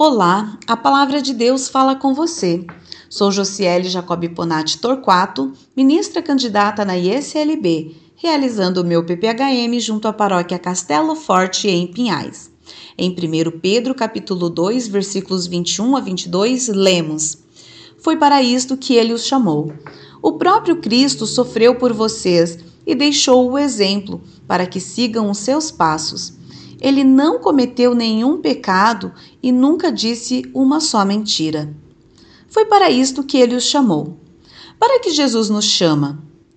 Olá, a Palavra de Deus fala com você. Sou Josiele Jacob Ponati Torquato, ministra candidata na ISLB, realizando o meu PPHM junto à paróquia Castelo Forte em Pinhais. Em 1 Pedro capítulo 2, versículos 21 a 22, lemos: Foi para isto que ele os chamou. O próprio Cristo sofreu por vocês e deixou o exemplo para que sigam os seus passos. Ele não cometeu nenhum pecado e nunca disse uma só mentira. Foi para isto que ele os chamou. Para que Jesus nos chama?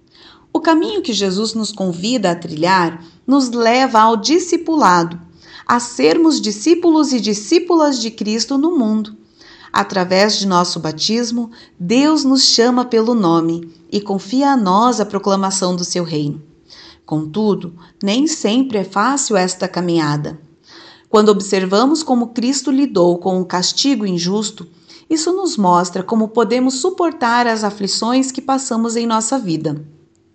O caminho que Jesus nos convida a trilhar nos leva ao discipulado, a sermos discípulos e discípulas de Cristo no mundo. Através de nosso batismo, Deus nos chama pelo nome e confia a nós a proclamação do seu reino. Contudo, nem sempre é fácil esta caminhada. Quando observamos como Cristo lidou com o castigo injusto, isso nos mostra como podemos suportar as aflições que passamos em nossa vida.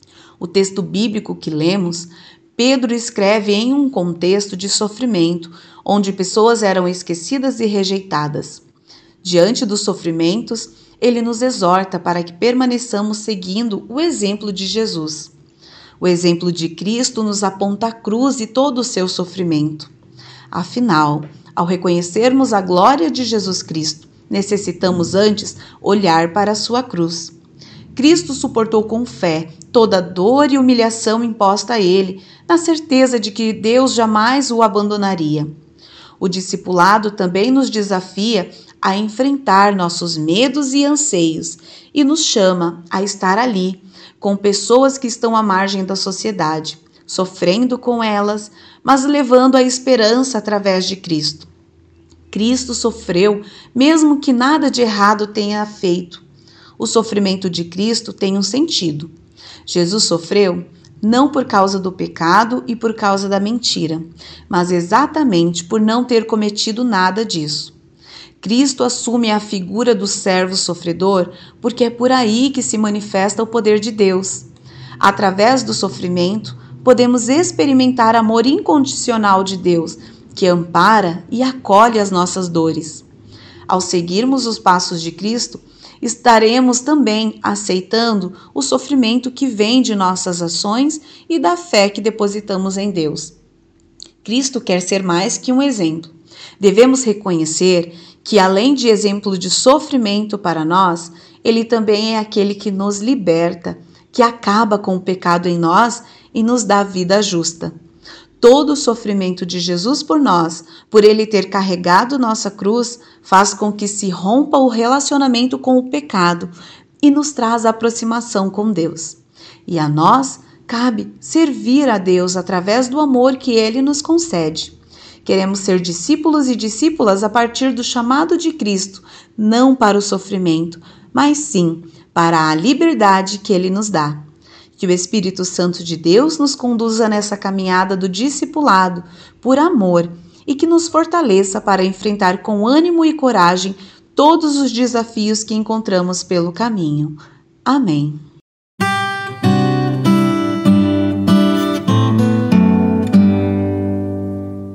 O texto bíblico que lemos, Pedro escreve em um contexto de sofrimento, onde pessoas eram esquecidas e rejeitadas. Diante dos sofrimentos, ele nos exorta para que permaneçamos seguindo o exemplo de Jesus. O exemplo de Cristo nos aponta a cruz e todo o seu sofrimento. Afinal, ao reconhecermos a glória de Jesus Cristo, necessitamos antes olhar para a sua cruz. Cristo suportou com fé toda a dor e humilhação imposta a ele, na certeza de que Deus jamais o abandonaria. O discipulado também nos desafia a enfrentar nossos medos e anseios e nos chama a estar ali, com pessoas que estão à margem da sociedade, sofrendo com elas, mas levando a esperança através de Cristo. Cristo sofreu, mesmo que nada de errado tenha feito. O sofrimento de Cristo tem um sentido. Jesus sofreu não por causa do pecado e por causa da mentira, mas exatamente por não ter cometido nada disso. Cristo assume a figura do servo sofredor porque é por aí que se manifesta o poder de Deus. Através do sofrimento, podemos experimentar amor incondicional de Deus, que ampara e acolhe as nossas dores. Ao seguirmos os passos de Cristo, estaremos também aceitando o sofrimento que vem de nossas ações e da fé que depositamos em Deus. Cristo quer ser mais que um exemplo. Devemos reconhecer que, além de exemplo de sofrimento para nós, ele também é aquele que nos liberta, que acaba com o pecado em nós e nos dá vida justa. Todo o sofrimento de Jesus por nós, por ele ter carregado nossa cruz, faz com que se rompa o relacionamento com o pecado e nos traz a aproximação com Deus. E a nós cabe servir a Deus através do amor que ele nos concede. Queremos ser discípulos e discípulas a partir do chamado de Cristo, não para o sofrimento, mas sim para a liberdade que ele nos dá. Que o Espírito Santo de Deus nos conduza nessa caminhada do discipulado, por amor, e que nos fortaleça para enfrentar com ânimo e coragem todos os desafios que encontramos pelo caminho. Amém.